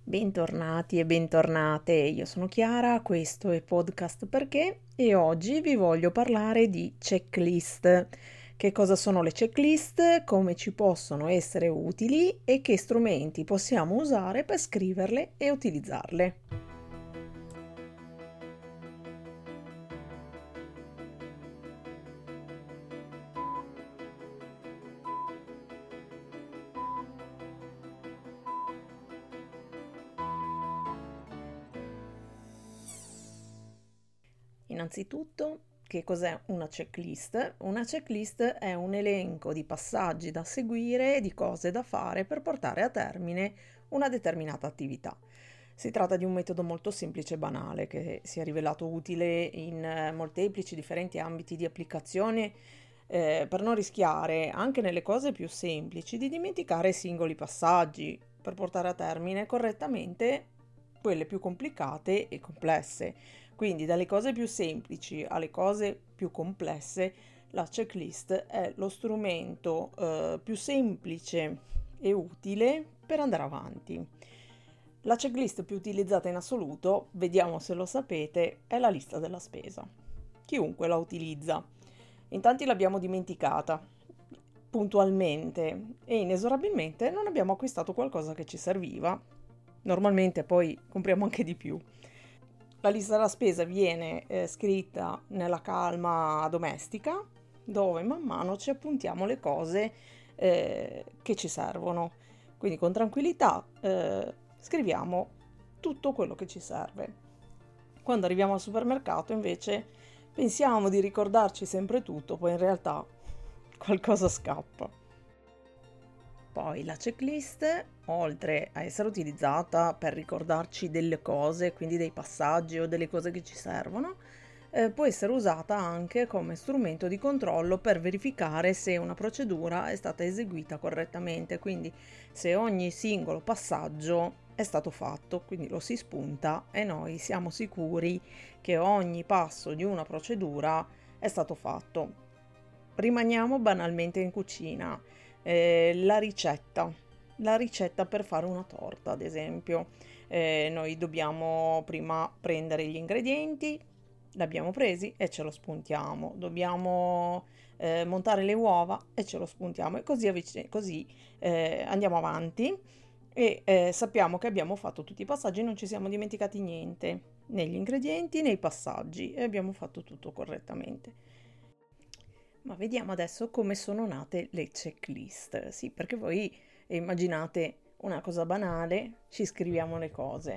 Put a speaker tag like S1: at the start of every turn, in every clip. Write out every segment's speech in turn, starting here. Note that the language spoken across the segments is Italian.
S1: Bentornati e bentornate, io sono Chiara, questo è Podcast Perché e oggi vi voglio parlare di checklist. Che cosa sono le checklist, come ci possono essere utili e che strumenti possiamo usare per scriverle e utilizzarle. Innanzitutto, che cos'è una checklist? Una checklist è un elenco di passaggi da seguire e di cose da fare per portare a termine una determinata attività. Si tratta di un metodo molto semplice e banale che si è rivelato utile in molteplici differenti ambiti di applicazione per non rischiare, anche nelle cose più semplici, di dimenticare singoli passaggi per portare a termine correttamente quelle più complicate e complesse. Quindi dalle cose più semplici alle cose più complesse, la checklist è lo strumento più semplice e utile per andare avanti. La checklist più utilizzata in assoluto, vediamo se lo sapete, è la lista della spesa. Chiunque la utilizza. In tanti l'abbiamo dimenticata puntualmente e inesorabilmente non abbiamo acquistato qualcosa che ci serviva. Normalmente poi compriamo anche di più. La lista della spesa viene scritta nella calma domestica, dove man mano ci appuntiamo le cose che ci servono. Quindi con tranquillità scriviamo tutto quello che ci serve. Quando arriviamo al supermercato invece pensiamo di ricordarci sempre tutto, poi in realtà qualcosa scappa. Poi la checklist, oltre a essere utilizzata per ricordarci delle cose, quindi dei passaggi o delle cose che ci servono, può essere usata anche come strumento di controllo per verificare se una procedura è stata eseguita correttamente, quindi se ogni singolo passaggio è stato fatto, quindi lo si spunta e noi siamo sicuri che ogni passo di una procedura è stato fatto. Rimaniamo banalmente in cucina. La ricetta per fare una torta, ad esempio. Noi dobbiamo prima prendere gli ingredienti, l'abbiamo presi e ce lo spuntiamo. Dobbiamo montare le uova e ce lo spuntiamo e così andiamo avanti e sappiamo che abbiamo fatto tutti i passaggi, non ci siamo dimenticati niente, né gli ingredienti né i passaggi e abbiamo fatto tutto correttamente. Ma vediamo adesso come sono nate le checklist. Sì, perché voi immaginate una cosa banale, ci scriviamo le cose.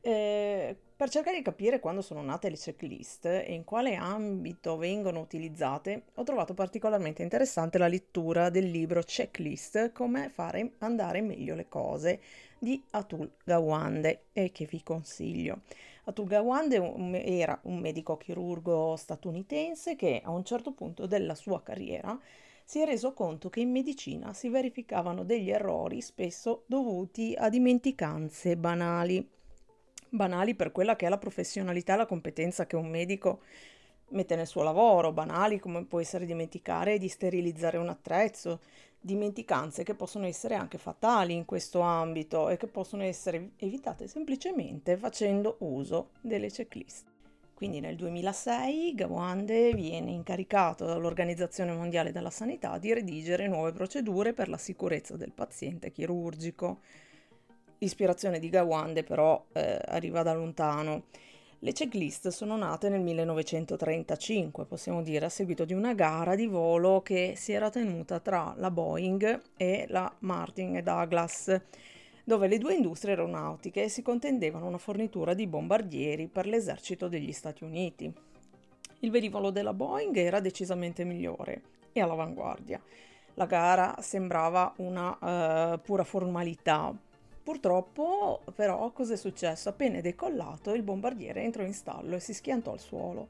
S1: Per cercare di capire quando sono nate le checklist e in quale ambito vengono utilizzate, ho trovato particolarmente interessante la lettura del libro Checklist, come fare andare meglio le cose di Atul Gawande e che vi consiglio. Atul Gawande era un medico chirurgo statunitense che a un certo punto della sua carriera si è reso conto che in medicina si verificavano degli errori spesso dovuti a dimenticanze banali. Banali per quella che è la professionalità e la competenza che un medico mette nel suo lavoro, banali come può essere dimenticare di sterilizzare un attrezzo, dimenticanze che possono essere anche fatali in questo ambito e che possono essere evitate semplicemente facendo uso delle checklist. Quindi nel 2006 Gawande viene incaricato dall'Organizzazione Mondiale della Sanità di redigere nuove procedure per la sicurezza del paziente chirurgico. L'ispirazione di Gawande però arriva da lontano. Le checklist sono nate nel 1935, possiamo dire, a seguito di una gara di volo che si era tenuta tra la Boeing e la Martin Douglas, dove le due industrie aeronautiche si contendevano una fornitura di bombardieri per l'esercito degli Stati Uniti. Il velivolo della Boeing era decisamente migliore e all'avanguardia. La gara sembrava una pura formalità. Purtroppo, però, cos'è successo? Appena è decollato, il bombardiere entrò in stallo e si schiantò al suolo.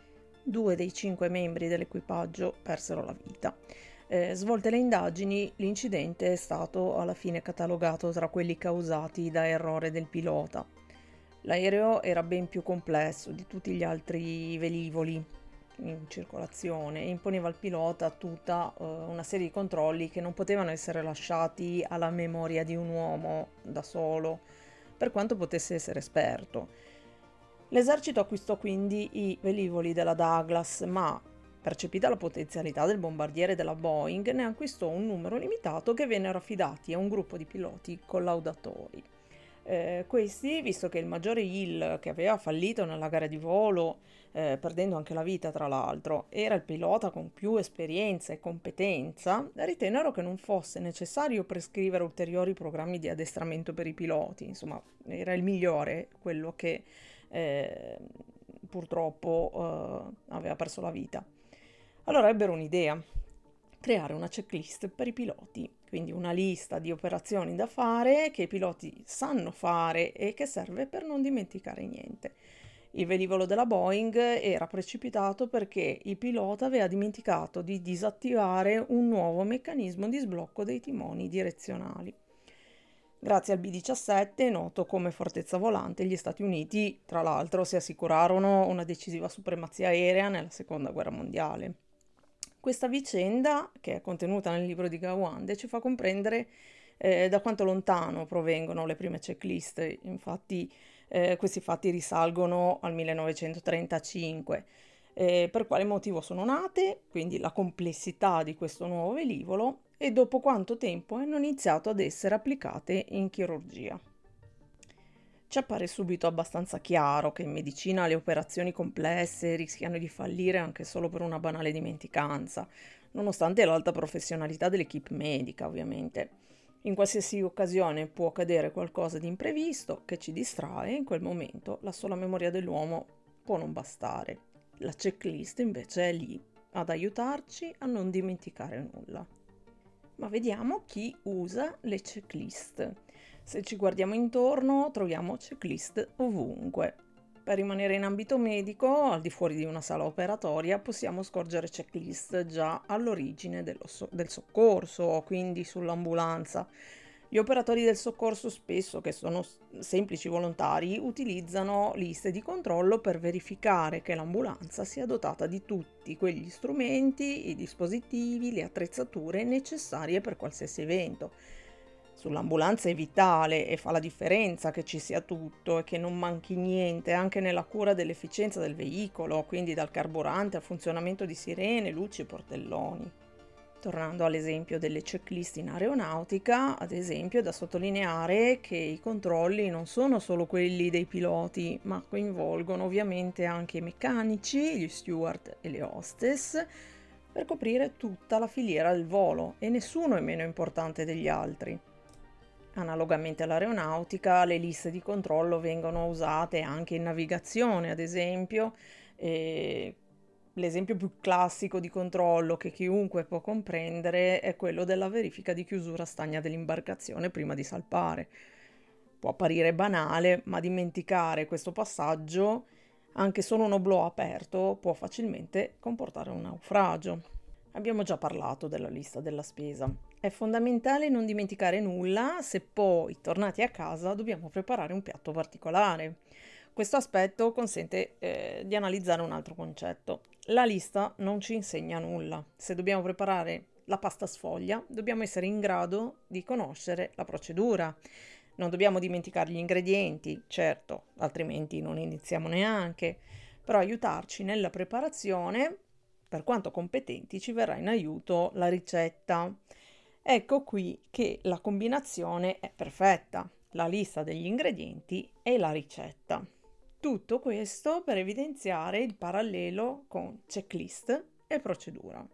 S1: 2 dei 5 membri dell'equipaggio persero la vita. Svolte le indagini, l'incidente è stato alla fine catalogato tra quelli causati da errore del pilota. L'aereo era ben più complesso di tutti gli altri velivoli in circolazione e imponeva al pilota tutta una serie di controlli che non potevano essere lasciati alla memoria di un uomo da solo. per quanto potesse essere esperto. L'esercito acquistò quindi i velivoli della Douglas, ma percepita la potenzialità del bombardiere della Boeing, ne acquistò un numero limitato che vennero affidati a un gruppo di piloti collaudatori. Questi, visto che il maggiore Hill, che aveva fallito nella gara di volo, perdendo anche la vita tra l'altro, era il pilota con più esperienza e competenza, ritennero che non fosse necessario prescrivere ulteriori programmi di addestramento per i piloti. Insomma, era il migliore, quello che purtroppo aveva perso la vita. Allora ebbero un'idea: creare una checklist per i piloti, quindi una lista di operazioni da fare che i piloti sanno fare e che serve per non dimenticare niente. Il velivolo della Boeing era precipitato perché il pilota aveva dimenticato di disattivare un nuovo meccanismo di sblocco dei timoni direzionali. Grazie al B-17, noto come fortezza volante, gli Stati Uniti, tra l'altro, si assicurarono una decisiva supremazia aerea nella Seconda Guerra Mondiale. Questa vicenda, che è contenuta nel libro di Gawande, ci fa comprendere da quanto lontano provengono le prime checklist. Infatti questi fatti risalgono al 1935. Per quale motivo sono nate, quindi la complessità di questo nuovo velivolo, e dopo quanto tempo hanno iniziato ad essere applicate in chirurgia. Ci appare subito abbastanza chiaro che in medicina le operazioni complesse rischiano di fallire anche solo per una banale dimenticanza, nonostante l'alta professionalità dell'equipe medica, ovviamente. In qualsiasi occasione può accadere qualcosa di imprevisto che ci distrae, e in quel momento la sola memoria dell'uomo può non bastare. La checklist invece è lì, ad aiutarci a non dimenticare nulla. Ma vediamo chi usa le checklist. Se ci guardiamo intorno troviamo checklist ovunque. Per rimanere in ambito medico, al di fuori di una sala operatoria, possiamo scorgere checklist già all'origine del soccorso, quindi sull'ambulanza. Gli operatori del soccorso, spesso che sono semplici volontari, utilizzano liste di controllo per verificare che l'ambulanza sia dotata di tutti quegli strumenti, i dispositivi, le attrezzature necessarie per qualsiasi evento. Sull'ambulanza è vitale e fa la differenza che ci sia tutto e che non manchi niente anche nella cura dell'efficienza del veicolo, quindi dal carburante al funzionamento di sirene, luci e portelloni. Tornando all'esempio delle checklist in aeronautica, ad esempio è da sottolineare che i controlli non sono solo quelli dei piloti, ma coinvolgono ovviamente anche i meccanici, gli steward e le hostess, per coprire tutta la filiera del volo, e nessuno è meno importante degli altri. Analogamente all'aeronautica, le liste di controllo vengono usate anche in navigazione, ad esempio. L'esempio più classico di controllo che chiunque può comprendere è quello della verifica di chiusura stagna dell'imbarcazione prima di salpare. Può apparire banale, ma dimenticare questo passaggio, anche solo un oblò aperto, può facilmente comportare un naufragio. Abbiamo già parlato della lista della spesa. È fondamentale non dimenticare nulla se poi, tornati a casa, dobbiamo preparare un piatto particolare. Questo aspetto consente di analizzare un altro concetto. La lista non ci insegna nulla. Se dobbiamo preparare la pasta sfoglia, dobbiamo essere in grado di conoscere la procedura. Non dobbiamo dimenticare gli ingredienti, certo, altrimenti non iniziamo neanche, però aiutarci nella preparazione, per quanto competenti, ci verrà in aiuto la ricetta. Ecco qui che la combinazione è perfetta, la lista degli ingredienti e la ricetta. Tutto questo per evidenziare il parallelo con checklist e procedura.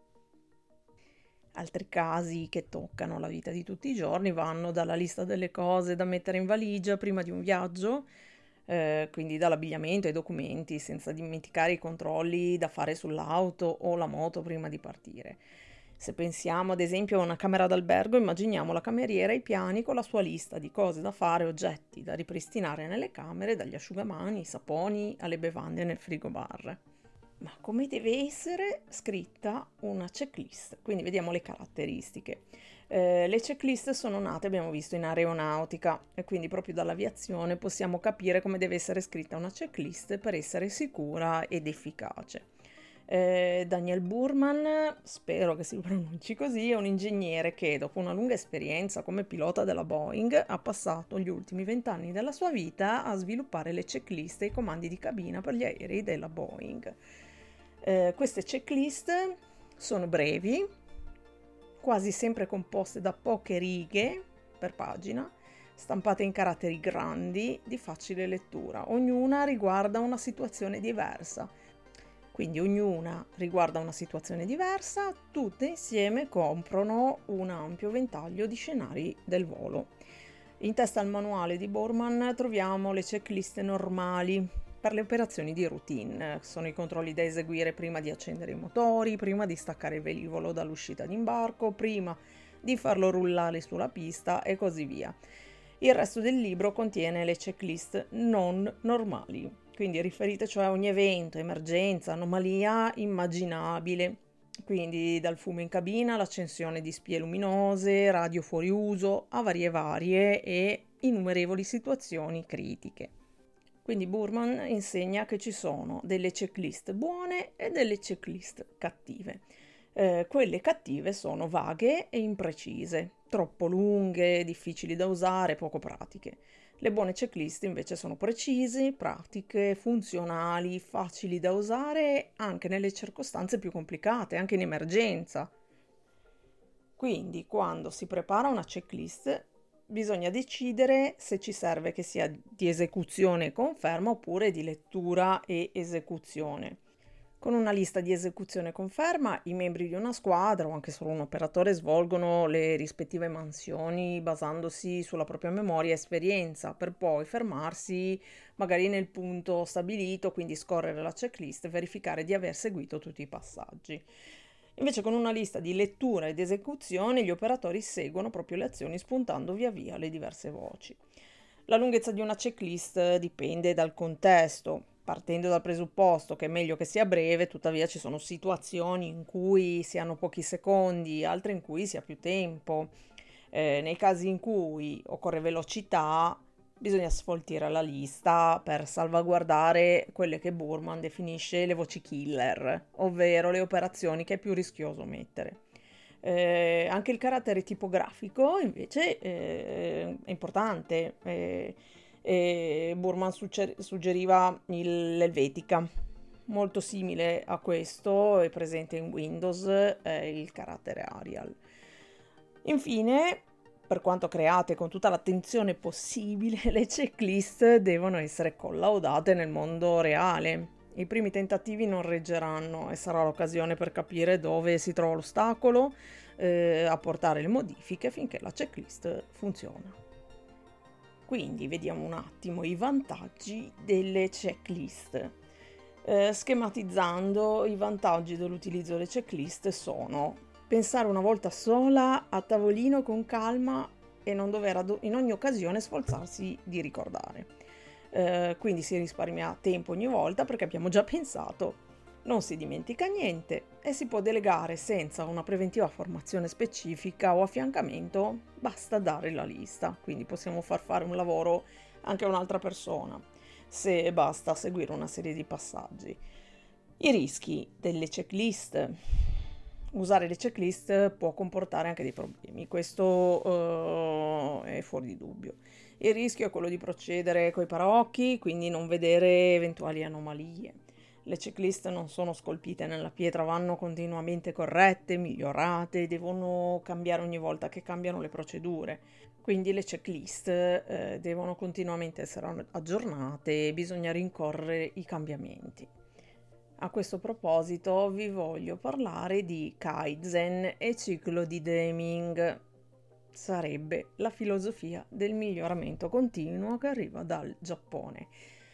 S1: Altri casi che toccano la vita di tutti i giorni vanno dalla lista delle cose da mettere in valigia prima di un viaggio, quindi dall'abbigliamento ai documenti, senza dimenticare i controlli da fare sull'auto o la moto prima di partire. Se pensiamo ad esempio a una camera d'albergo, immaginiamo la cameriera ai piani con la sua lista di cose da fare, oggetti da ripristinare nelle camere, dagli asciugamani, saponi alle bevande nel frigobar. Ma come deve essere scritta una checklist? Quindi vediamo le caratteristiche. Le checklist sono nate, abbiamo visto, in aeronautica, e quindi proprio dall'aviazione possiamo capire come deve essere scritta una checklist per essere sicura ed efficace. Daniel Burman, spero che si pronunci così, è un ingegnere che dopo una lunga esperienza come pilota della Boeing ha passato gli ultimi 20 anni della sua vita a sviluppare le checklist e i comandi di cabina per gli aerei della Boeing. Queste checklist sono brevi, quasi sempre composte da poche righe per pagina, stampate in caratteri grandi di facile lettura. Ognuna riguarda una situazione diversa. Quindi ognuna riguarda una situazione diversa, tutte insieme coprono un ampio ventaglio di scenari del volo. In testa al manuale di Borman troviamo le checklist normali per le operazioni di routine. Sono i controlli da eseguire prima di accendere i motori, prima di staccare il velivolo dall'uscita d'imbarco, prima di farlo rullare sulla pista e così via. Il resto del libro contiene le checklist non normali, quindi riferite cioè a ogni evento, emergenza, anomalia immaginabile, quindi dal fumo in cabina, l'accensione di spie luminose, radio fuori uso, avarie varie e innumerevoli situazioni critiche. Quindi Burman insegna che ci sono delle checklist buone e delle checklist cattive. Quelle cattive sono vaghe e imprecise, troppo lunghe, difficili da usare, poco pratiche. Le buone checklist invece sono precise, pratiche, funzionali, facili da usare anche nelle circostanze più complicate, anche in emergenza. Quindi quando si prepara una checklist bisogna decidere se ci serve che sia di esecuzione e conferma oppure di lettura e esecuzione. Con una lista di esecuzione e conferma, i membri di una squadra o anche solo un operatore svolgono le rispettive mansioni basandosi sulla propria memoria e esperienza, per poi fermarsi magari nel punto stabilito, quindi scorrere la checklist e verificare di aver seguito tutti i passaggi. Invece con una lista di lettura ed esecuzione, gli operatori seguono proprio le azioni spuntando via via le diverse voci. La lunghezza di una checklist dipende dal contesto. Partendo dal presupposto che è meglio che sia breve, tuttavia ci sono situazioni in cui si hanno pochi secondi, altre in cui si ha più tempo. Nei casi in cui occorre velocità, bisogna sfoltire la lista per salvaguardare quelle che Burman definisce le voci killer, ovvero le operazioni che è più rischioso mettere. Anche il carattere tipografico invece è importante. Burman suggeriva l'Helvetica, molto simile a questo, è presente in Windows il carattere Arial. Infine, per quanto create con tutta l'attenzione possibile, le checklist devono essere collaudate nel mondo reale. I primi tentativi non reggeranno e sarà l'occasione per capire dove si trova l'ostacolo, apportare le modifiche finché la checklist funziona. Quindi vediamo un attimo i vantaggi delle checklist. Schematizzando, i vantaggi dell'utilizzo delle checklist sono pensare una volta sola a tavolino con calma e non dover in ogni occasione sforzarsi di ricordare. Quindi si risparmia tempo ogni volta perché abbiamo già pensato, non si dimentica niente e si può delegare senza una preventiva formazione specifica o affiancamento, basta dare la lista, quindi possiamo far fare un lavoro anche a un'altra persona se basta seguire una serie di passaggi. I rischi delle checklist. Usare le checklist può comportare anche dei problemi, questo è fuori di dubbio. Il rischio è quello di procedere coi paraocchi, quindi non vedere eventuali anomalie. Le checklist non sono scolpite nella pietra, vanno continuamente corrette, migliorate, devono cambiare ogni volta che cambiano le procedure. Quindi le checklist devono continuamente essere aggiornate e bisogna rincorrere i cambiamenti. A questo proposito vi voglio parlare di Kaizen e ciclo di Deming. Sarebbe la filosofia del miglioramento continuo che arriva dal Giappone.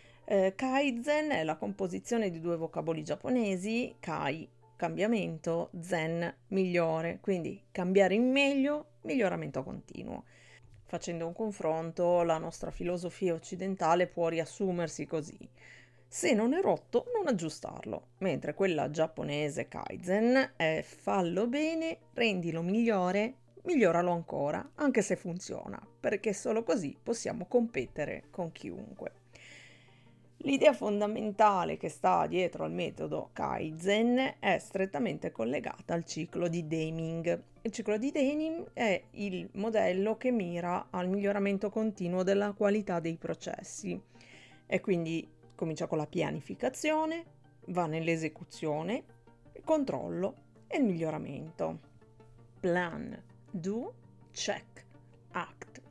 S1: Kaizen è la composizione di due vocaboli giapponesi, Kai, cambiamento, Zen, migliore, quindi cambiare in meglio, miglioramento continuo. Facendo un confronto, la nostra filosofia occidentale può riassumersi così: se non è rotto, non aggiustarlo, mentre quella giapponese Kaizen è fallo bene, rendilo migliore, miglioralo ancora, anche se funziona, perché solo così possiamo competere con chiunque. L'idea fondamentale che sta dietro al metodo Kaizen è strettamente collegata al ciclo di Deming. Il ciclo di Deming è il modello che mira al miglioramento continuo della qualità dei processi e quindi comincia con la pianificazione, va nell'esecuzione, il controllo e il miglioramento. Plan, do, check, act,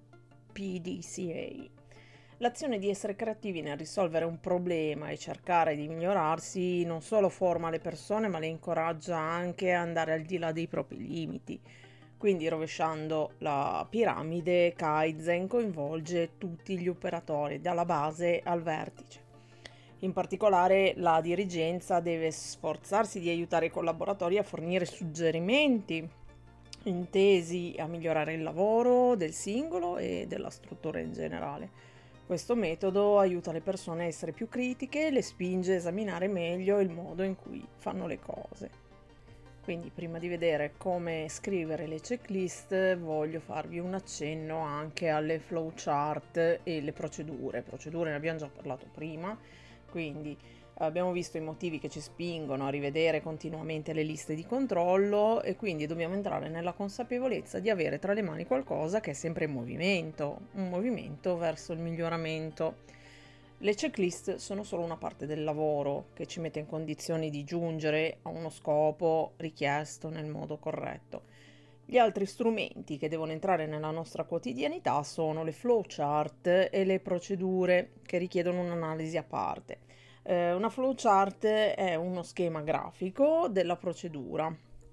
S1: PDCA. L'azione di essere creativi nel risolvere un problema e cercare di migliorarsi non solo forma le persone, ma le incoraggia anche a andare al di là dei propri limiti. Quindi, rovesciando la piramide, Kaizen coinvolge tutti gli operatori, dalla base al vertice. In particolare, la dirigenza deve sforzarsi di aiutare i collaboratori a fornire suggerimenti intesi a migliorare il lavoro del singolo e della struttura in generale. Questo metodo aiuta le persone a essere più critiche e le spinge a esaminare meglio il modo in cui fanno le cose. Quindi, prima di vedere come scrivere le checklist, voglio farvi un accenno anche alle flowchart e le procedure. Procedure ne abbiamo già parlato prima, quindi abbiamo visto i motivi che ci spingono a rivedere continuamente le liste di controllo e quindi dobbiamo entrare nella consapevolezza di avere tra le mani qualcosa che è sempre in movimento, un movimento verso il miglioramento. Le checklist sono solo una parte del lavoro che ci mette in condizioni di giungere a uno scopo richiesto nel modo corretto. Gli altri strumenti che devono entrare nella nostra quotidianità sono le flowchart e le procedure che richiedono un'analisi a parte. Una flowchart è uno schema grafico della procedura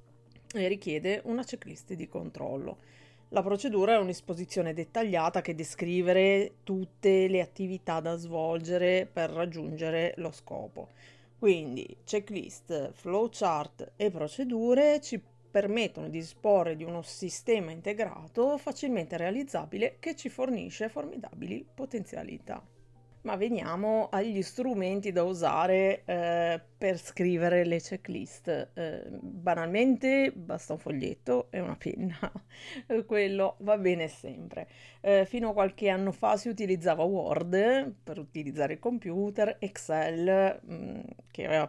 S1: e richiede una checklist di controllo. La procedura è un'esposizione dettagliata che descrive tutte le attività da svolgere per raggiungere lo scopo. Quindi checklist, flowchart e procedure ci permettono di disporre di uno sistema integrato facilmente realizzabile che ci fornisce formidabili potenzialità. Ma veniamo agli strumenti da usare per scrivere le checklist. Banalmente basta un foglietto e una penna, quello va bene sempre. Fino a qualche anno fa si utilizzava Word per utilizzare il computer, Excel che aveva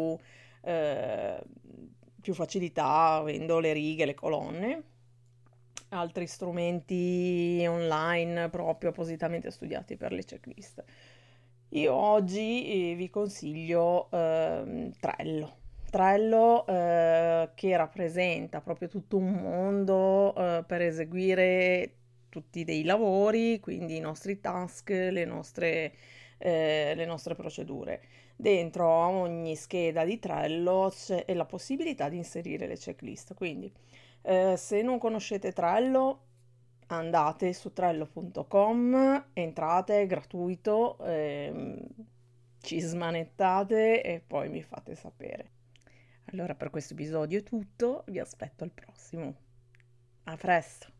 S1: più facilità avendo le righe, le colonne. Altri strumenti online proprio appositamente studiati per le checklist. Io oggi vi consiglio Trello. Trello che rappresenta proprio tutto un mondo per eseguire tutti dei lavori, quindi i nostri task, le nostre procedure. Dentro a ogni scheda di Trello c'è la possibilità di inserire le checklist, quindi se non conoscete Trello, andate su trello.com, entrate, è gratuito, ci smanettate e poi mi fate sapere. Allora per questo episodio è tutto, vi aspetto al prossimo. A presto!